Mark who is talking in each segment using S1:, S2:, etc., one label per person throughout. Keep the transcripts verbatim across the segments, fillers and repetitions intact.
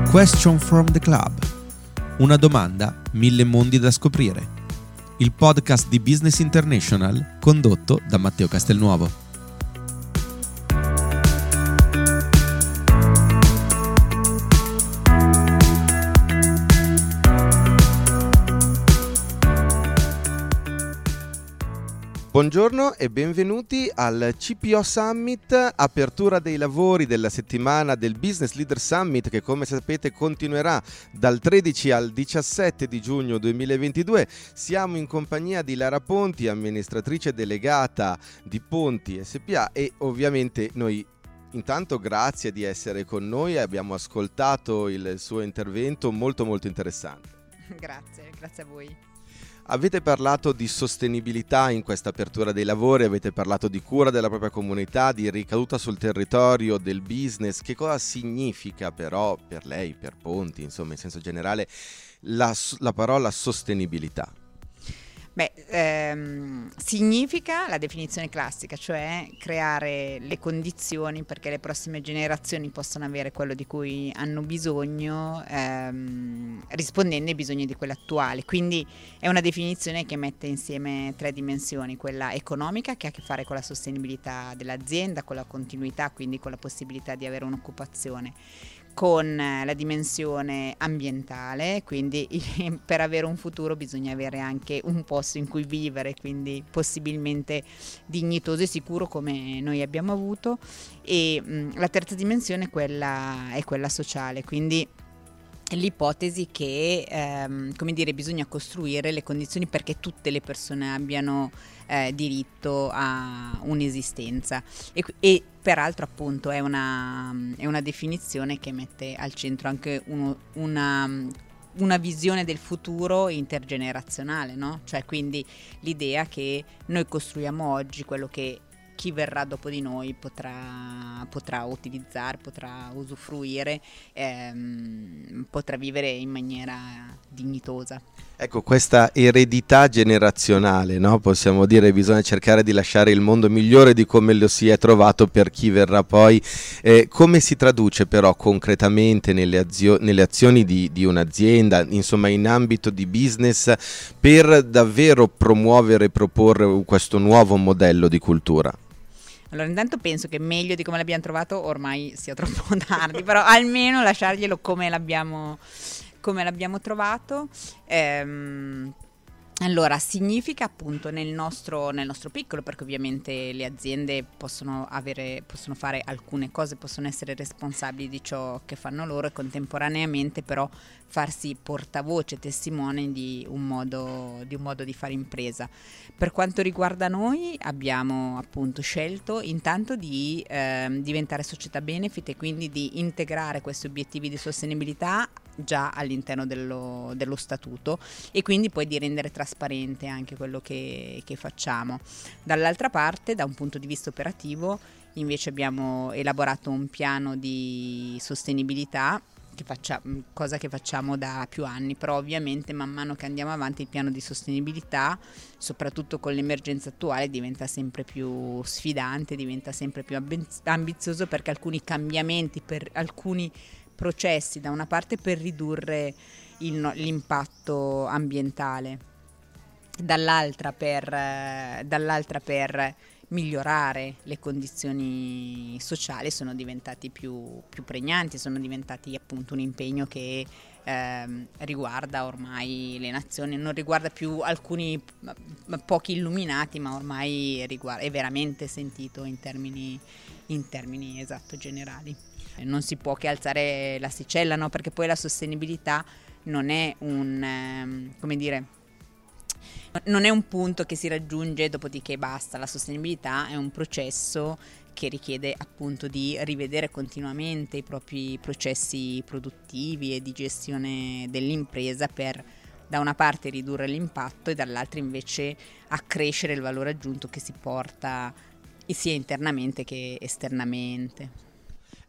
S1: Question from the Club. Una domanda, mille mondi da scoprire. Il podcast di Business International condotto da Matteo Castelnuovo.
S2: Buongiorno e benvenuti al C P O Summit, apertura dei lavori della settimana del Business Leader Summit che, come sapete, continuerà dal tredici al diciassette di giugno duemilaventidue. Siamo in compagnia di Lara Ponti, amministratrice delegata di Ponti S P A, e ovviamente noi intanto grazie di essere con noi, abbiamo ascoltato il suo intervento molto molto interessante.
S3: Grazie, grazie a voi.
S2: Avete parlato di sostenibilità in questa apertura dei lavori, avete parlato di cura della propria comunità, di ricaduta sul territorio, del business. Che cosa significa però per lei, per Ponti, insomma in senso generale, la, la parola sostenibilità?
S3: Beh, ehm, significa la definizione classica, cioè creare le condizioni perché le prossime generazioni possano avere quello di cui hanno bisogno, ehm, rispondendo ai bisogni di quelle attuali. Quindi è una definizione che mette insieme tre dimensioni: quella economica, che ha a che fare con la sostenibilità dell'azienda, con la continuità, quindi con la possibilità di avere un'occupazione, con la dimensione ambientale, quindi per avere un futuro bisogna avere anche un posto in cui vivere, quindi possibilmente dignitoso e sicuro come noi abbiamo avuto, e mh, la terza dimensione è quella, è quella sociale, quindi l'ipotesi che ehm, come dire, bisogna costruire le condizioni perché tutte le persone abbiano eh, diritto a un'esistenza, e, e peraltro appunto è una, è una definizione che mette al centro anche uno, una, una visione del futuro intergenerazionale, no? Cioè quindi l'idea che noi costruiamo oggi quello che chi verrà dopo di noi potrà, potrà utilizzare, potrà usufruire, ehm, potrà vivere in maniera dignitosa.
S2: Ecco, questa eredità generazionale, no? Possiamo dire, bisogna cercare di lasciare il mondo migliore di come lo si è trovato per chi verrà poi. Eh, come si traduce però concretamente nelle, azio- nelle azioni di, di un'azienda, insomma in ambito di business, per davvero promuovere e proporre questo nuovo modello di cultura?
S3: Allora, intanto penso che meglio di come l'abbiamo trovato ormai sia troppo tardi, però almeno lasciarglielo come l'abbiamo, come l'abbiamo trovato. Ehm, allora, significa appunto nel nostro, nel nostro piccolo, perché ovviamente le aziende possono avere, possono fare alcune cose, possono essere responsabili di ciò che fanno loro e contemporaneamente però farsi portavoce, testimone di un modo di un modo di fare impresa. Per quanto riguarda noi abbiamo appunto scelto intanto di eh, diventare società benefit e quindi di integrare questi obiettivi di sostenibilità già all'interno dello, dello statuto, e quindi poi di rendere trasparente anche quello che, che facciamo. Dall'altra parte, da un punto di vista operativo, invece abbiamo elaborato un piano di sostenibilità, che faccia, cosa che facciamo da più anni, però ovviamente man mano che andiamo avanti il piano di sostenibilità, soprattutto con l'emergenza attuale, diventa sempre più sfidante, diventa sempre più ambizioso, perché alcuni cambiamenti per alcuni processi, da una parte per ridurre il, l'impatto ambientale, dall'altra per, eh, dall'altra per migliorare le condizioni sociali, sono diventati più, più pregnanti, sono diventati appunto un impegno che ehm, riguarda ormai le nazioni, non riguarda più alcuni pochi illuminati, ma ormai riguarda, è veramente sentito in termini, in termini esatto generali. Non si può che alzare l'asticella, no? Perché poi la sostenibilità non è un, ehm, come dire, non è un punto che si raggiunge dopodiché basta. La sostenibilità è un processo che richiede appunto di rivedere continuamente i propri processi produttivi e di gestione dell'impresa per, da una parte, ridurre l'impatto e dall'altra invece accrescere il valore aggiunto che si porta sia internamente che esternamente.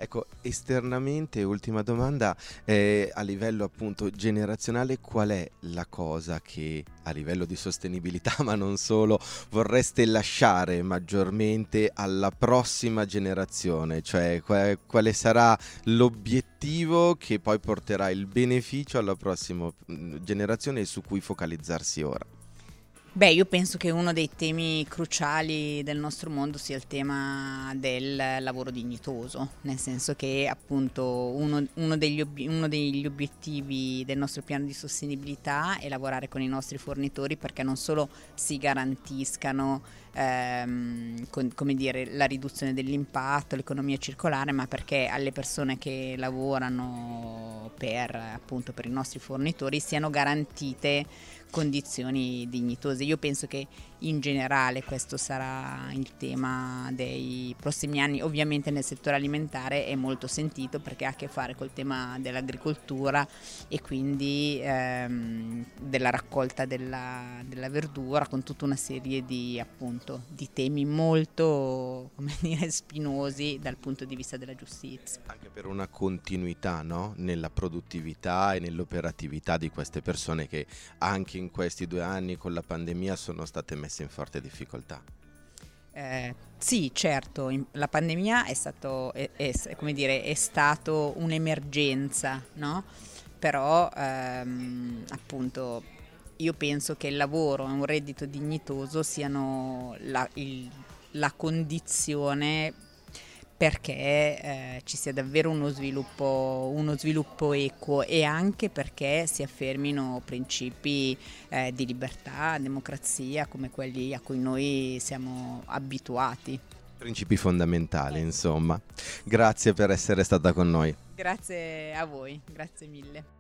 S2: Ecco, esternamente, ultima domanda, eh, a livello appunto generazionale, qual è la cosa che a livello di sostenibilità, ma non solo, vorreste lasciare maggiormente alla prossima generazione? Cioè, qual- quale sarà l'obiettivo che poi porterà il beneficio alla prossima mh, generazione e su cui focalizzarsi ora?
S3: Beh, io penso che uno dei temi cruciali del nostro mondo sia il tema del lavoro dignitoso, nel senso che appunto uno, uno degli, ob- uno degli obiettivi del nostro piano di sostenibilità è lavorare con i nostri fornitori perché non solo si garantiscano ehm, con, come dire, la riduzione dell'impatto, l'economia circolare, ma perché alle persone che lavorano per, appunto, per i nostri fornitori siano garantite condizioni dignitose. Io penso che in generale questo sarà il tema dei prossimi anni. Ovviamente nel settore alimentare è molto sentito perché ha a che fare col tema dell'agricoltura e quindi ehm, della raccolta della, della verdura, con tutta una serie di appunto di temi molto, come dire, spinosi dal punto di vista della giustizia.
S2: Anche per una continuità, no? Nella produttività e nell'operatività di queste persone che anche in questi due anni con la pandemia sono state messe in forte difficoltà.
S3: Eh, sì, certo, in- la pandemia è stato, è, è- come dire, è stato un'emergenza, no? Però ehm, appunto io penso che il lavoro e un reddito dignitoso siano la, il- la condizione perché eh, ci sia davvero uno sviluppo, uno sviluppo equo e anche perché si affermino principi eh, di libertà, democrazia come quelli a cui noi siamo abituati.
S2: Principi fondamentali, insomma. Grazie per essere stata con noi.
S3: Grazie a voi, grazie mille.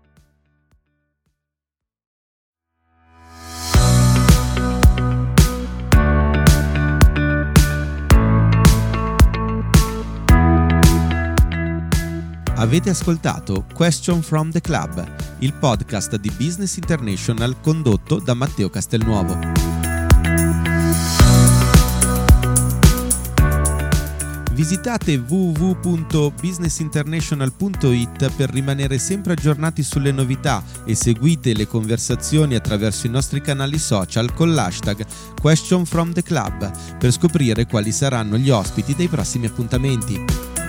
S1: Avete ascoltato Question from the Club, il podcast di Business International condotto da Matteo Castelnuovo. Visitate w w w punto business international punto i t per rimanere sempre aggiornati sulle novità e seguite le conversazioni attraverso i nostri canali social con l'hashtag Question from the Club per scoprire quali saranno gli ospiti dei prossimi appuntamenti.